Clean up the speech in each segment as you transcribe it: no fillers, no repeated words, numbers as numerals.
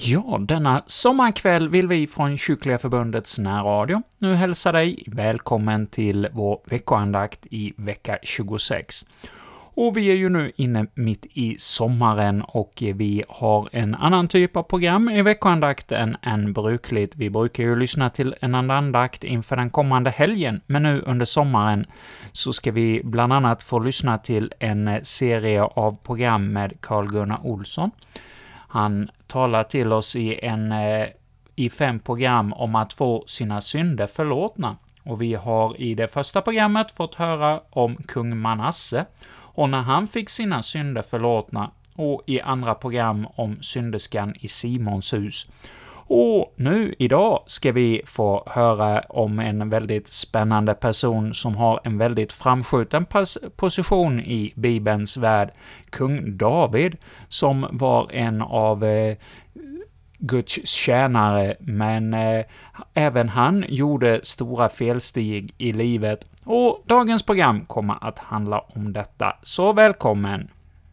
Ja, denna sommarkväll vill vi från Kyrkliga förbundets närradio nu hälsa dig välkommen till vår veckoandakt i vecka 26. Och vi är ju nu inne mitt i sommaren och vi har en annan typ av program i veckoandakten än brukligt. Vi brukar ju lyssna till en andakt inför den kommande helgen, men nu under sommaren så ska vi bland annat få lyssna till en serie av program med Carl-Gunnar Olsson. Han talar till oss i 5 program om att få sina synder förlåtna. Och vi har i det första programmet fått höra om kung Manasse och när han fick sina synder förlåtna, och i andra program om syndeskan i Simons hus. Och nu idag ska vi få höra om en väldigt spännande person som har en väldigt framskjuten position i Bibelns värld, kung David, som var en av Guds tjänare, men även han gjorde stora felsteg i livet. Och dagens program kommer att handla om detta. Så välkommen!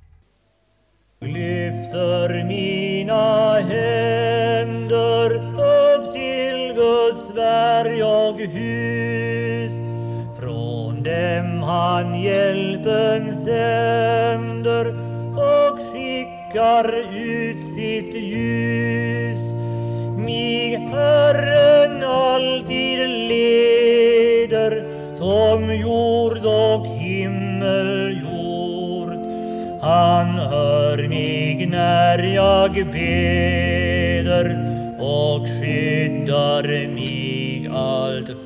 Lyfter mina händer upp till Guds berg och hus. Från dem han hjälpen sänder och skickar ut sitt ljus. Mig Herren alltid leder som jord och himmel gjort. Han hör mig när jag beder och skyddar mig allt fort.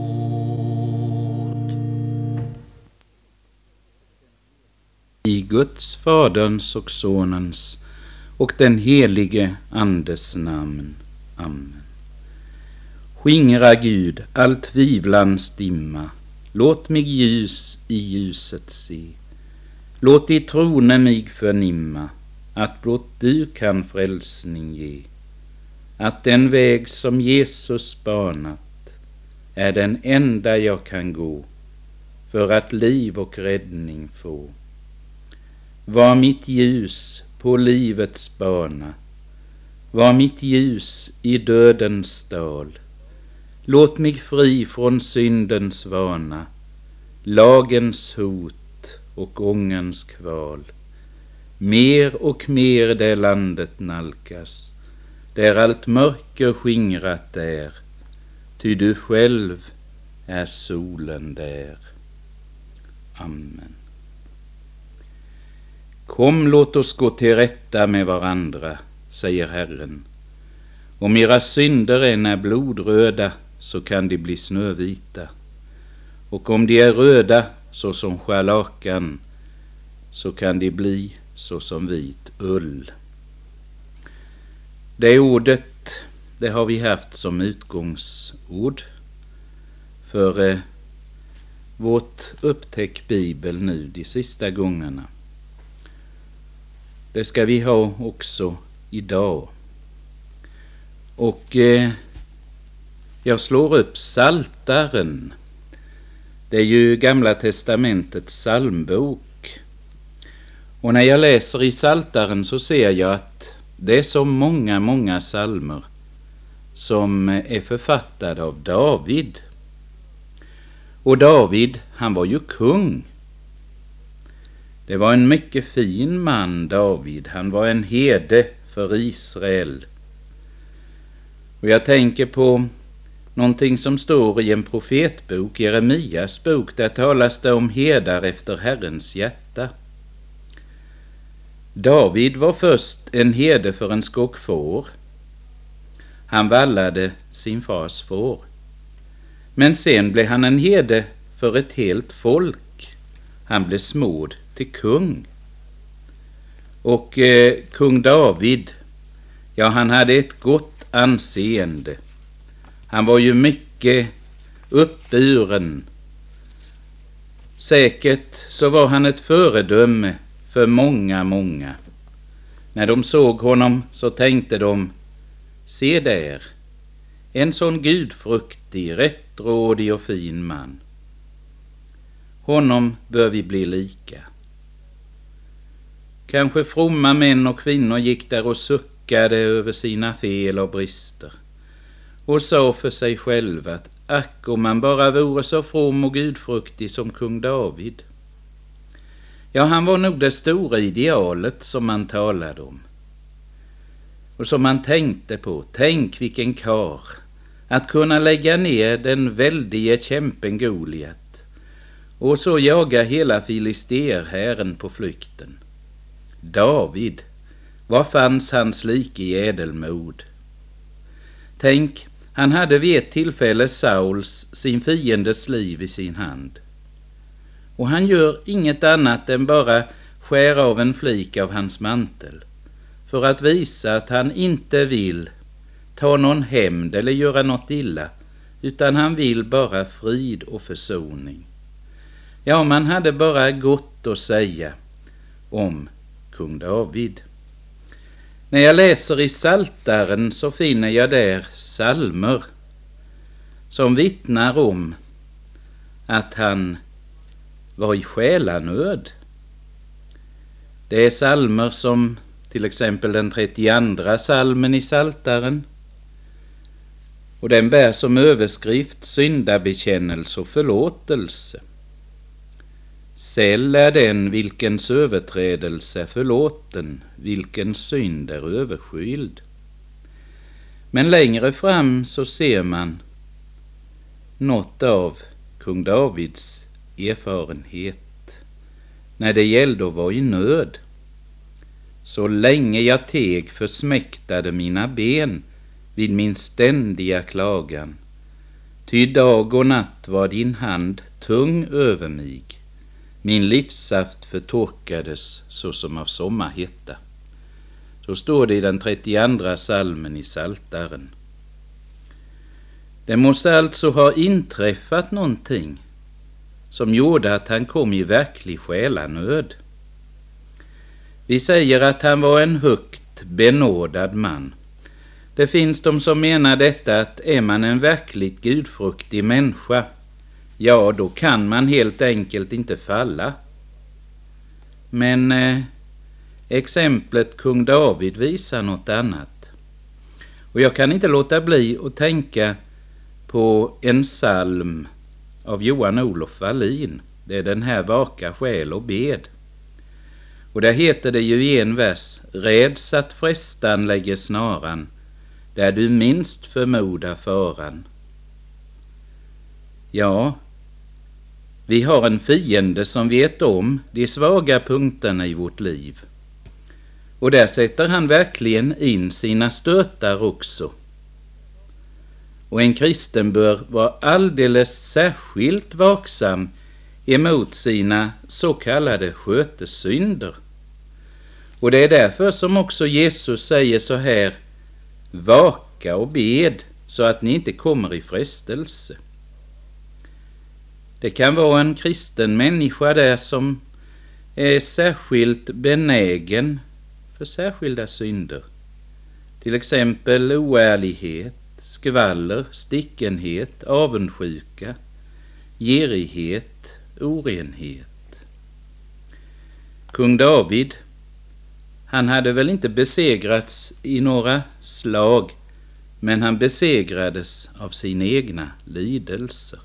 I Guds, Faderns och Sonens och den helige Andes namn. Amen. Skingra Gud all tvivlans dimma, låt mig ljus i ljuset se. Låt i trone mig förnimma, att blott du kan frälsning ge. Att den väg som Jesus banat är den enda jag kan gå, för att liv och räddning få. Var mitt ljus på livets bana, var mitt ljus i dödens dal. Låt mig fri från syndens vana, lagens hot och ångens kval. Mer och mer det landet nalkas, där allt mörker skingrat är, ty du själv är solen där. Amen. Kom, låt oss gå till rätta med varandra, säger Herren. Om era synder än är blodröda, så kan de bli snövita. Och om de är röda så som scharlakan, så kan de bli så som vit ull. Det ordet, det har vi haft som utgångsord för vårt upptäck Bibel nu de sista gångerna. Det ska vi ha också idag. Och jag slår upp Psaltaren. Det är ju Gamla testamentets psalmbok. Och när jag läser i Psaltaren så ser jag att det är så många psalmer som är författade av David. Och David, han var ju kung. Det var en mycket fin man, David. Han var en herde för Israel. Och jag tänker på någonting som står i en profetbok, Jeremias bok. Där talas det om herdar efter Herrens hjärta. David var först en herde för en skock får. Han vallade sin fars får. Men sen blev han en herde för ett helt folk. Han blev smord till kung. Och kung David, ja, han hade ett gott anseende. Han var ju mycket uppburen. Säkert så var han ett föredöme för många. När de såg honom så tänkte de, se där, en sån gudfruktig, rättrådig och fin man. Honom bör vi bli lika. Kanske fromma män och kvinnor gick där och suckade över sina fel och brister och sa för sig själv att ack, om man bara vore så from och gudfruktig som kung David. Ja, han var nog det stora idealet som man talade om. Och som man tänkte på, tänk vilken kar, att kunna lägga ner den väldige kämpen Goliat och så jaga hela filisterhären på flykten. David, vad fanns hans like i ädelmod? Tänk, han hade vid ett tillfälle Sauls, sin fiendes liv, i sin hand. Och han gör inget annat än bara skär av en flik av hans mantel för att visa att han inte vill ta någon hämnd eller göra något illa, utan han vill bara frid och försoning. Ja, man hade bara gott att säga om kung David. När jag läser i Psaltaren så finner jag där psalmer som vittnar om att han var i själanöd. Det är psalmer som till exempel den 32:a psalmen i Psaltaren, och den bär som överskrift syndabekännelse och förlåtelse. Säll är den vilkens överträdelse är förlåten, vilken synd är överskyld. Men längre fram så ser man något av kung Davids erfarenhet när det gällde att vara i nöd. Så länge jag teg försmäktade mina ben vid min ständiga klagan, ty dag och natt var din hand tung över mig. Min livssaft förtorkades såsom av sommarhetta. Så står det i den 32:a psalmen i Psaltaren. Det måste alltså ha inträffat någonting som gjorde att han kom i verklig själanöd. Vi säger att han var en högt benådad man. Det finns de som menar detta, att är man en verkligt gudfruktig människa, ja, då kan man helt enkelt inte falla. Men exemplet kung David visar något annat. Och jag kan inte låta bli att tänka på en psalm av Johan Olof Wallin. Det är den här Vaka själ och bed. Och där heter det ju i en vers: räds att frestan lägger snaran, där du minst förmodar faran. Ja, vi har en fiende som vet om de svaga punkterna i vårt liv. Och där sätter han verkligen in sina stötar också. Och en kristen bör vara alldeles särskilt vaksam emot sina så kallade skötesynder. Och det är därför som också Jesus säger så här: vaka och bed så att ni inte kommer i frestelse. Det kan vara en kristen människa där som är särskilt benägen för särskilda synder. Till exempel oärlighet, skvaller, stickenhet, avundsjuka, girighet, orenhet. Kung David, han hade väl inte besegrats i några slag, men han besegrades av sina egna lidelser.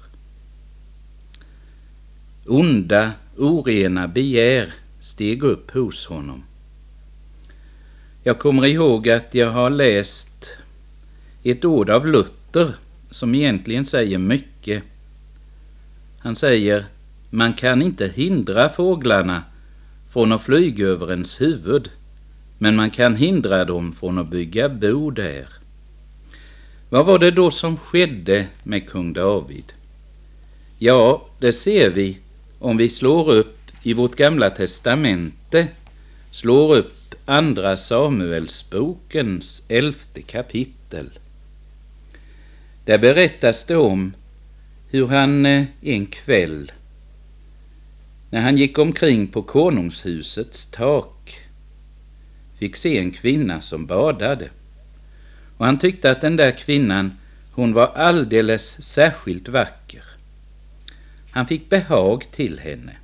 Onda, orena begär steg upp hos honom. Jag kommer ihåg att jag har läst ett ord av Luther som egentligen säger mycket. Han säger: man kan inte hindra fåglarna från att flyga över ens huvud, men man kan hindra dem från att bygga bo där. Vad var det då som skedde med kung David? Ja, det ser vi om vi slår upp i vårt gamla testamente, slår upp andra Samuelsbokens 11:e kapitel. Där berättas det om hur han en kväll, när han gick omkring på konungshusets tak, fick se en kvinna som badade. Och han tyckte att den där kvinnan, hon var alldeles särskilt vacker. Han fick behag till henne.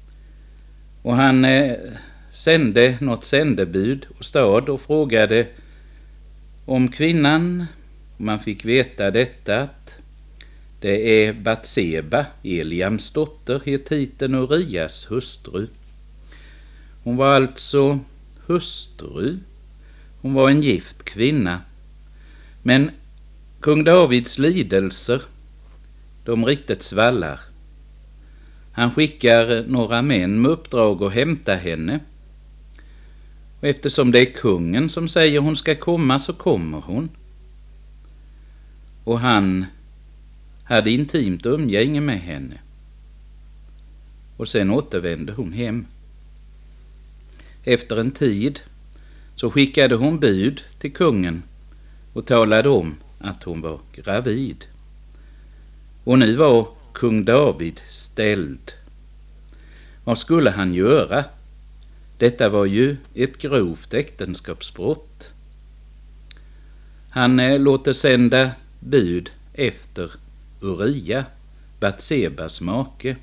Och han sände något sändebud och stad och frågade om kvinnan. Man fick veta detta att det är Batseba, Eliams dotter, hetiten Urias hustru. Hon var alltså hustru. Hon var en gift kvinna. Men kung Davids lidelser, de riktigt svallar. Han skickar några män med uppdrag att hämta henne. Och eftersom det är kungen som säger hon ska komma, så kommer hon. Och han hade intimt umgänge med henne. Och sen återvände hon hem. Efter en tid så skickade hon bud till kungen och talade om att hon var gravid. Och nu var kung David ställd. Vad skulle han göra? Detta var ju ett grovt äktenskapsbrott. Han låter sända bud efter Uria, Batsebas make.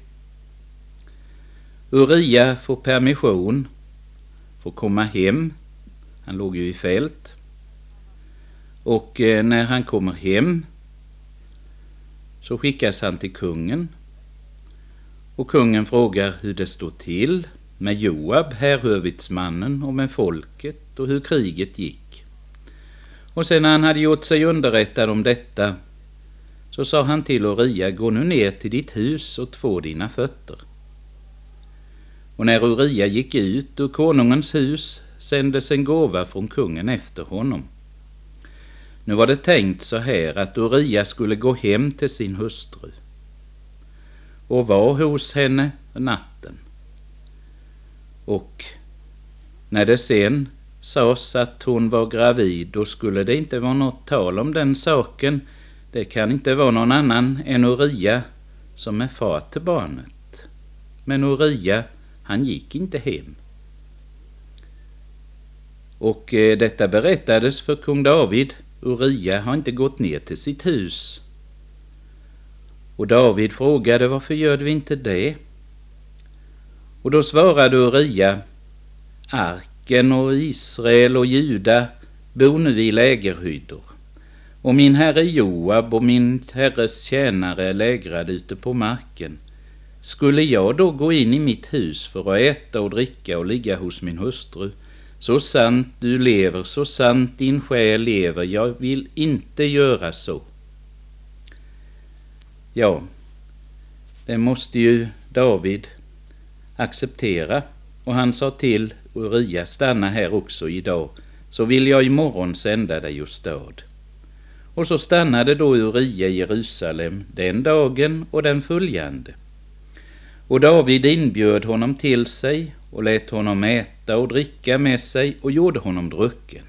Uria får permission, får komma hem. Han låg ju i fält. Och när han kommer hem så skickas han till kungen. Och kungen frågar hur det står till med Joab, härhövitsmannen, och med folket och hur kriget gick. Och sen när han hade gjort sig underrättad om detta så sa han till Uria: gå nu ner till ditt hus och två dina fötter. Och när Uria gick ut ur konungens hus sändes en gåva från kungen efter honom. Nu var det tänkt så här att Uria skulle gå hem till sin hustru och var hos henne natten. Och när det sen sades att hon var gravid, då skulle det inte vara något tal om den saken. Det kan inte vara någon annan än Uria som är far till barnet. Men Uria, han gick inte hem. Och detta berättades för kung David. Uria har inte gått ner till sitt hus. Och David frågade: varför gör vi inte det? Och då svarade Uria: arken och Israel och Juda bor nu i lägerhyddor. Och min herre Joab och min herres tjänare lägrade ute på marken. Skulle jag då gå in i mitt hus för att äta och dricka och ligga hos min hustru? Så sant du lever, så sant din själ lever, jag vill inte göra så. Ja, det måste ju David acceptera. Och han sa till Uria: stanna här också idag, så vill jag imorgon sända dig åstad. Och så stannade då Uria i Jerusalem den dagen och den följande. Och David inbjöd honom till sig och lät honom äta och dricka med sig och gjorde honom drucken.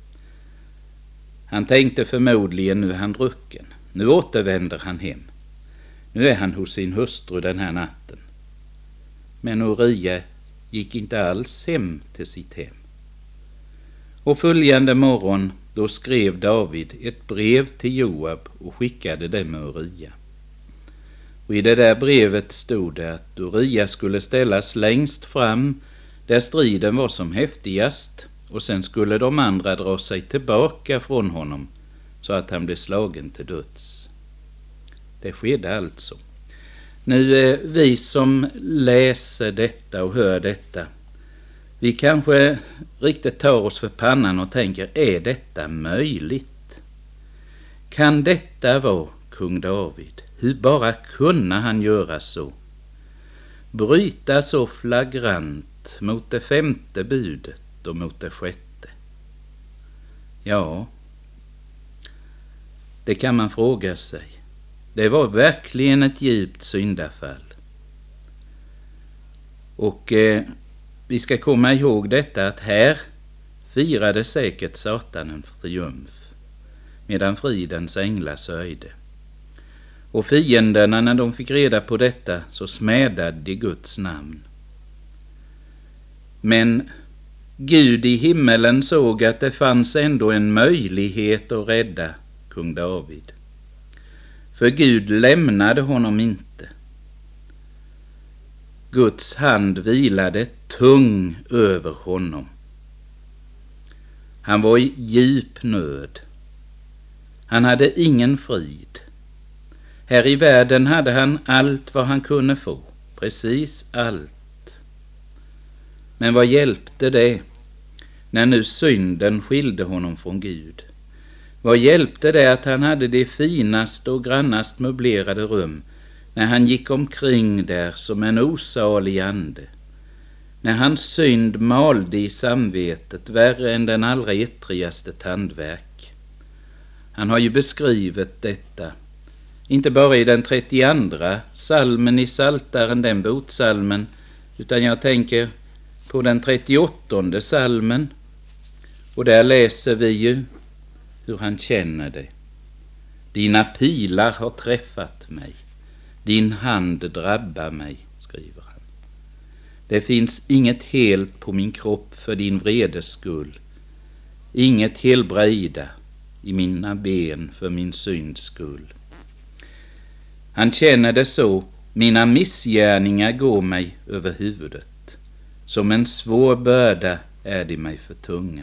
Han tänkte förmodligen: nu är han drucken, nu återvänder han hem. Nu är han hos sin hustru den här natten. Men Uria gick inte alls hem till sitt hem. Och följande morgon då skrev David ett brev till Joab och skickade det med Uria. Och i det där brevet stod det att Uria skulle ställas längst fram där striden var som häftigast, och sen skulle de andra dra sig tillbaka från honom så att han blev slagen till döds. Det skedde alltså. Nu vi som läser detta och hör detta, vi kanske riktigt tar oss för pannan och tänker: är detta möjligt? Kan detta vara kung David? Hur bara kunde han göra så? Bryta så flagrant mot det 5:e budet och mot det 6:e? Ja, det kan man fråga sig. Det var verkligen ett djupt syndafall. Och vi ska komma ihåg detta, att här firade säkert Satan en triumf, medan fridens änglar sörjde. Och fienderna, när de fick reda på detta, så smädade de Guds namn. Men Gud i himmelen såg att det fanns ändå en möjlighet att rädda kung David. För Gud lämnade honom inte. Guds hand vilade tung över honom. Han var i djup nöd. Han hade ingen frid. Här i världen hade han allt vad han kunde få. Precis allt. Men vad hjälpte det när nu synden skilde honom från Gud? Vad hjälpte det att han hade det finaste och grannast möblerade rum när han gick omkring där som en osalig ande? När hans synd malde i samvetet värre än den allra ettrigaste tandvärk. Han har ju beskrivit detta, inte bara i den 32:a salmen i Psaltaren, den botsalmen, utan jag tänker på den 38:e salmen. Och där läser vi ju hur han känner det. Dina pilar har träffat mig, din hand drabbar mig, skriver han. Det finns inget helt på min kropp för din vredes skull, inget helbrejda i mina ben för min synds skull. Han känner det så, mina missgärningar går mig över huvudet. Som en svår börda är de mig för tunga.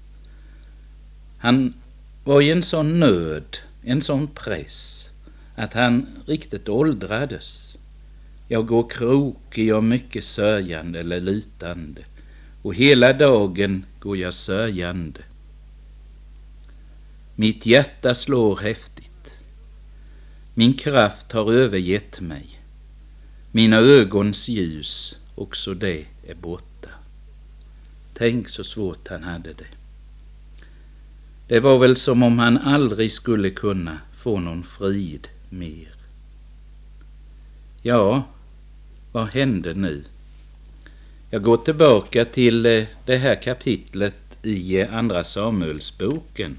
Han var i en sån nöd, en sån press, att han riktigt åldrades. Jag går krokig och mycket sörjande eller lytande, och hela dagen går jag sörjande. Mitt hjärta slår häftigt. Min kraft har övergett mig. Mina ögons ljus, också det är borta. Tänk så svårt han hade det. Det var väl som om han aldrig skulle kunna få någon frid mer. Ja, vad hände nu? Jag går tillbaka till det här kapitlet i Andra Samuelsboken.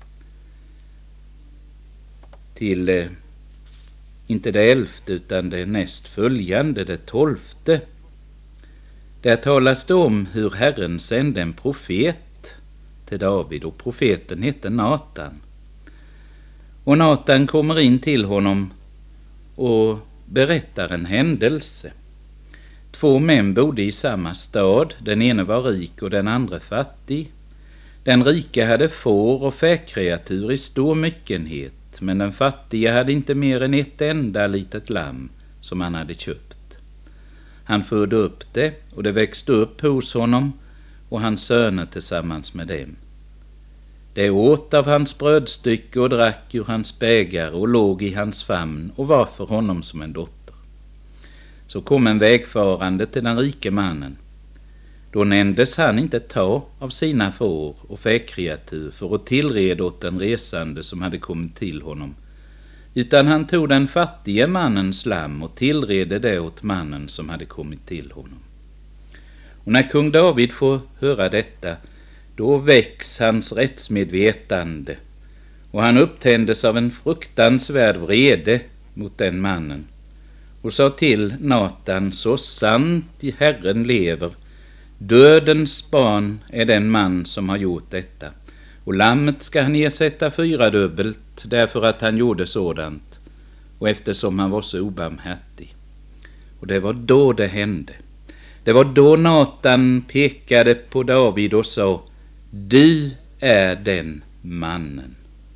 Till inte det 11:e utan det näst följande, det 12:e. Där talas det om hur Herren sände en profet till David, och profeten hette Natan. Och Natan kommer in till honom och berättar en händelse. 2 män bodde i samma stad, den ene var rik och den andra fattig. Den rike hade får och fäkreatur i stor myckenhet, men den fattiga hade inte mer än ett enda litet lamm som han hade köpt. Han förde upp det, och det växte upp hos honom och hans söner tillsammans med dem. Det åt av hans brödstycke och drack ur hans bägare och låg i hans famn och var för honom som en dotter. Så kom en vägfarande till den rike mannen. Då nändes han inte ta av sina får och fäkreatur för att tillreda åt den resande som hade kommit till honom, utan han tog den fattige mannens lamm och tillredde det åt mannen som hade kommit till honom. Och när kung David får höra detta, då väcks hans rättsmedvetande, och han upptändes av en fruktansvärd vrede mot den mannen och sa till Natan, så sant i Herren lever, dödens barn är den man som har gjort detta, och lammet ska han ersätta 4-dubbelt därför att han gjorde sådant och eftersom han var så obarmhärtig. Och det var då det hände. Det var då Natan pekade på David och sa, du är den mannen.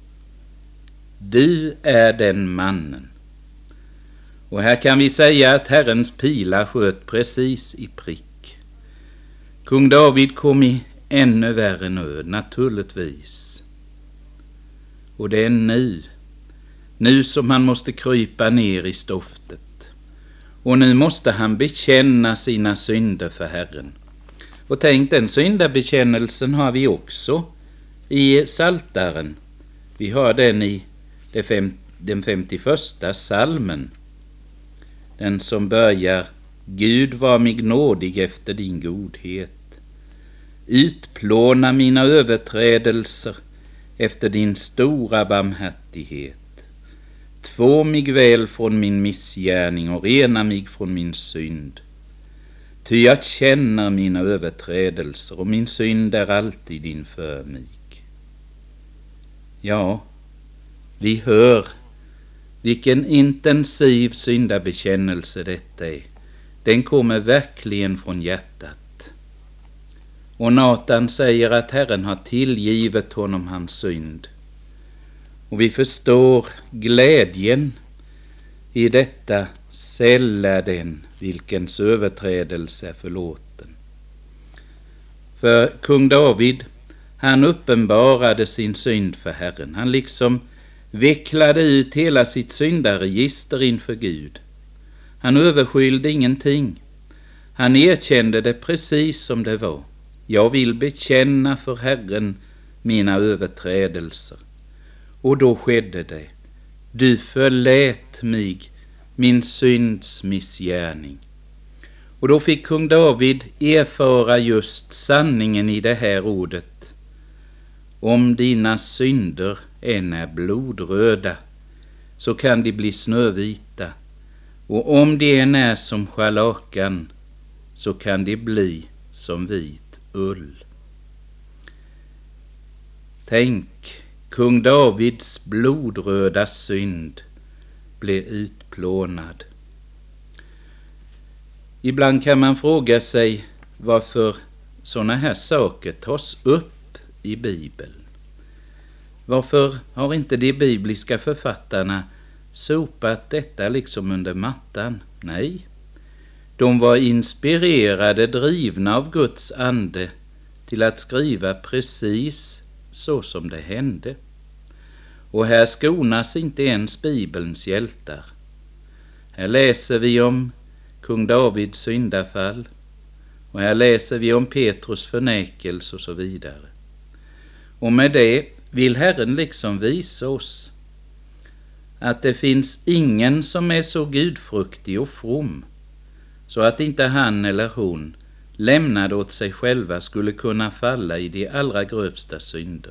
Du är den mannen. Och här kan vi säga att Herrens pilar sköt precis i prick. Kung David kom i ännu värre nöd, naturligtvis. Och det är nu som han måste krypa ner i stoftet. Och nu måste han bekänna sina synder för Herren. Och tänk, den syndabekännelsen har vi också i Psaltaren. Vi har den i den 51:a salmen. Den som börjar, Gud var mig nådig efter din godhet. Utplåna mina överträdelser efter din stora barmhärtighet. Två mig väl från min missgärning och rena mig från min synd. Ty jag känner mina överträdelser och min synd är alltid inför mig. Ja, vi hör vilken intensiv syndabekännelse detta är. Den kommer verkligen från hjärtat. Och Natan säger att Herren har tillgivit honom hans synd. Och vi förstår glädjen i detta: sälla den vilkens överträdelse är förlåten. För kung David, han uppenbarade sin synd för Herren. Han liksom vecklade ut hela sitt syndaregister inför Gud. Han överskyllde ingenting. Han erkände det precis som det var. Jag vill bekänna för Herren mina överträdelser. Och då skedde det. Du förlät mig min synds missgärning. Och då fick kung David erfara just sanningen i det här ordet. Om dina synder än är blodröda, så kan de bli snövita. Och om de än är som scharlakan, så kan de bli som vit ull. Tänk, kung Davids blodröda synd blev utplånad. Ibland kan man fråga sig varför sådana här saker tas upp i Bibeln. Varför har inte de bibliska författarna sopat detta liksom under mattan? Nej, de var inspirerade, drivna av Guds ande till att skriva precis så som det hände. Och här skonas inte ens Bibelns hjältar. Här läser vi om kung Davids syndafall, och här läser vi om Petrus förnekelse och så vidare. Och med det vill Herren liksom visa oss att det finns ingen som är så gudfruktig och from så att inte han eller hon lämnad åt sig själva skulle kunna falla i de allra grövsta synder.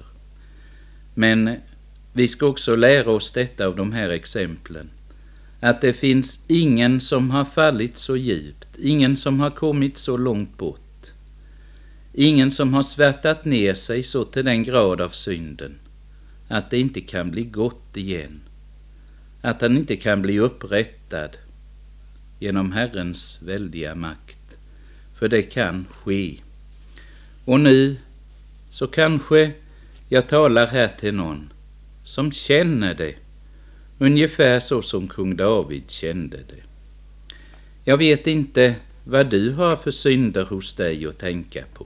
Men vi ska också lära oss detta av de här exemplen, att det finns ingen som har fallit så djupt, ingen som har kommit så långt bort, ingen som har svärtat ner sig så till den grad av synden att det inte kan bli gott igen, att han inte kan bli upprättad genom Herrens väldiga makt. För det kan ske. Och nu så kanske jag talar här till någon som känner det ungefär så som kung David kände det. Jag vet inte vad du har för synder hos dig att tänka på.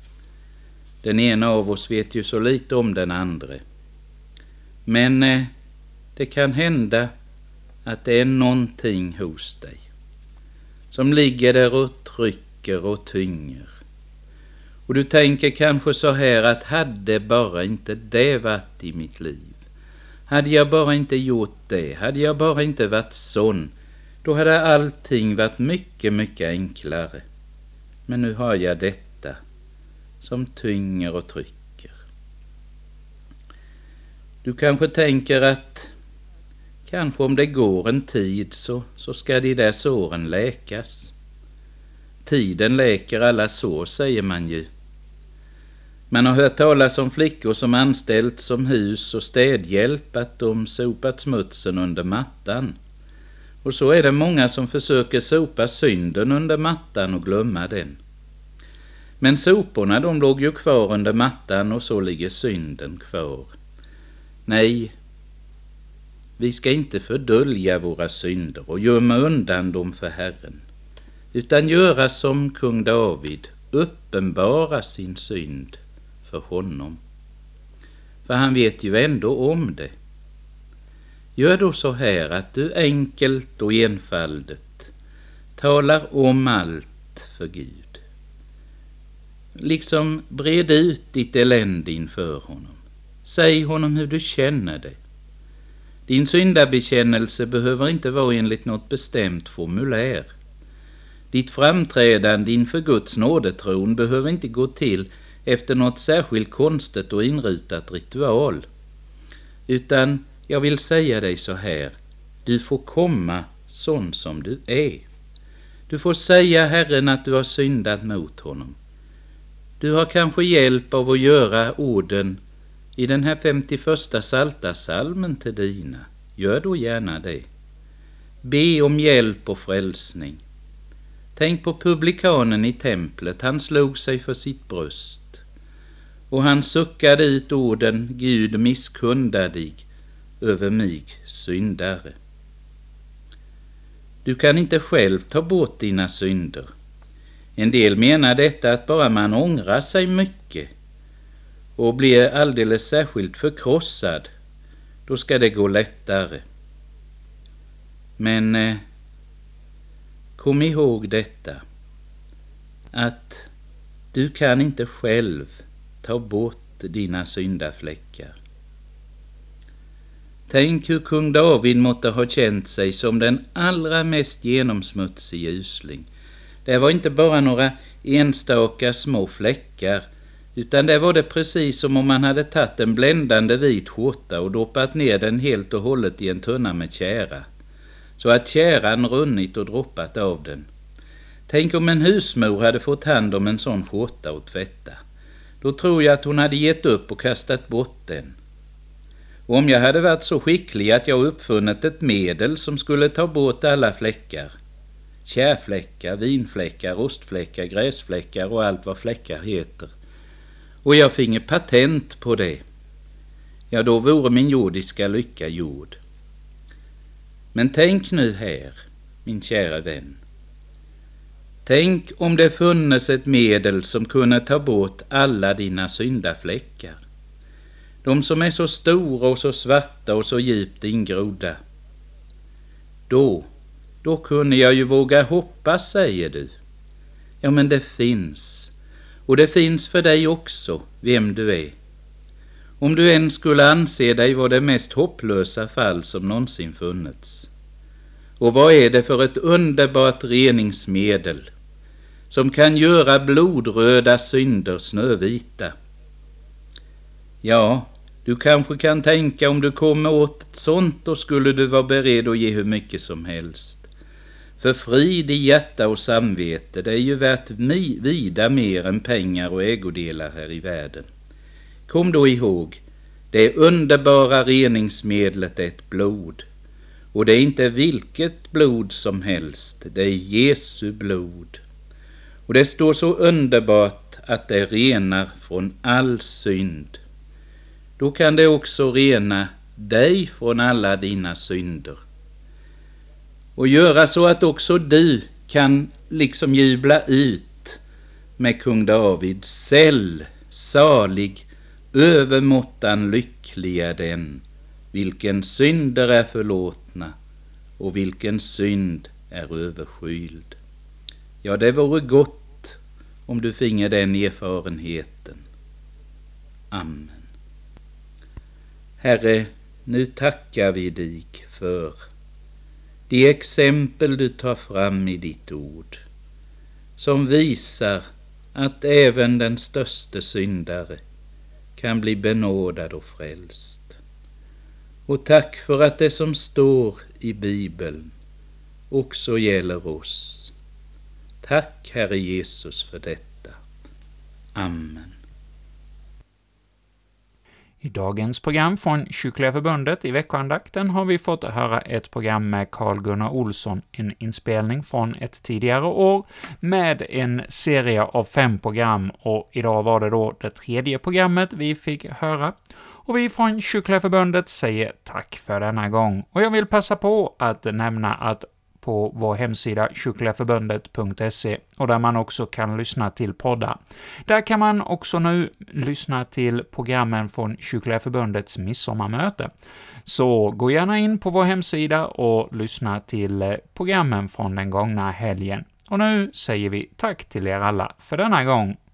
Den ena av oss vet ju så lite om den andra. Men det kan hända att det är någonting hos dig som ligger där och trycker och tynger. Och du tänker kanske så här att hade bara inte det varit i mitt liv. Hade jag bara inte gjort det, hade jag bara inte varit sån, då hade allting varit mycket, mycket enklare. Men nu har jag detta som tynger och trycker. Du kanske tänker att kanske om det går en tid så ska de där såren läkas. Tiden läker alla sår, säger man ju. Man har hört talas om flickor som anställts som hus- och städhjälp, att de sopat smutsen under mattan. Och så är det många som försöker sopa synden under mattan och glömma den. Men soporna, de låg ju kvar under mattan, och så ligger synden kvar. Nej, vi ska inte fördölja våra synder och gömma undan dem för Herren, utan göra som kung David, uppenbara sin synd för honom. För han vet ju ändå om det. Gör då så här att du enkelt och enfaldigt talar om allt för Gud. Liksom bred ut ditt elände inför honom. Säg honom hur du känner det. Din syndabekännelse behöver inte vara enligt något bestämt formulär. Ditt framträdande inför Guds nådetron behöver inte gå till efter något särskilt konstigt och inrutat ritual. Utan jag vill säga dig så här: du får komma sån som du är. Du får säga Herren att du har syndat mot honom. Du har kanske hjälp av att göra orden i den här 51:a psaltarpsalmen till dina. Gör då gärna det. Be om hjälp och frälsning. Tänk på publikanen i templet, han slog sig för sitt bröst. Och han suckade ut orden, Gud misskunda dig över mig syndare. Du kan inte själv ta bort dina synder. En del menar detta att bara man ångrar sig mycket och blir alldeles särskilt förkrossad, då ska det gå lättare. Men kom ihåg detta, att du kan inte själv ta bort dina syndafläckar. Tänk hur kung David måtte ha känt sig som den allra mest genomsmutsiga usling. Det var inte bara några enstaka små fläckar, utan det var det precis som om man hade tagit en bländande vit skjorta och doppat ner den helt och hållet i en tunna med tjära, så att tjäran runnit och droppat av den. Tänk om en husmor hade fått hand om en sån skjorta och tvätta. Då tror jag att hon hade gett upp och kastat bort den. Och om jag hade varit så skicklig att jag uppfunnit ett medel som skulle ta bort alla fläckar, kärfläckar, vinfläckar, rostfläckar, gräsfläckar och allt vad fläckar heter, och jag finge patent på det, ja, då vore min jordiska lycka gjord. Men tänk nu här, min kära vän. Tänk om det funnes ett medel som kunde ta bort alla dina syndafläckar. De som är så stora och så svarta och så djupt ingrodda. Då kunde jag ju våga hoppas, säger du. Ja, men det finns. Och det finns för dig också, vem du är. Om du än skulle anse dig vara det mest hopplösa fall som någonsin funnits. Och vad är det för ett underbart reningsmedel som kan göra blodröda synder snövita? Ja, du kanske kan tänka, om du kommer åt ett sånt, då skulle du vara beredd att ge hur mycket som helst. För frid i hjärta och samvete, det är ju värt vida mer än pengar och ägodelar här i världen. Kom då ihåg, det underbara reningsmedlet är ett blod. Och det är inte vilket blod som helst, det är Jesu blod. Och det står så underbart att det renar från all synd. Då kan det också rena dig från alla dina synder. Och göra så att också du kan liksom jubla ut med kung David. Säll, salig, övermåttan lyckliga den, vilken synder är förlåtna och vilken synd är överskyld. Ja, det vore gott om du finge den erfarenheten. Amen. Herre, nu tackar vi dig för de exempel du tar fram i ditt ord, som visar att även den största syndare kan bli benådad och frälst. Och tack för att det som står i Bibeln också gäller oss. Tack, Herre Jesus, för detta. Amen. I dagens program från Kyrkliga förbundet i veckoandakten har vi fått höra ett program med Carl-Gunnar Olsson, en inspelning från ett tidigare år med en serie av 5 program, och idag var det då det 3:e programmet vi fick höra. Och vi från Kyrkliga förbundet säger tack för denna gång, och jag vill passa på att nämna att på vår hemsida kyrkligaförbundet.se, och där man också kan lyssna till poddar. Där kan man också nu lyssna till programmen från Kyrkliga förbundets midsommarmöte. Så gå gärna in på vår hemsida och lyssna till programmen från den gångna helgen. Och nu säger vi tack till er alla för denna gång,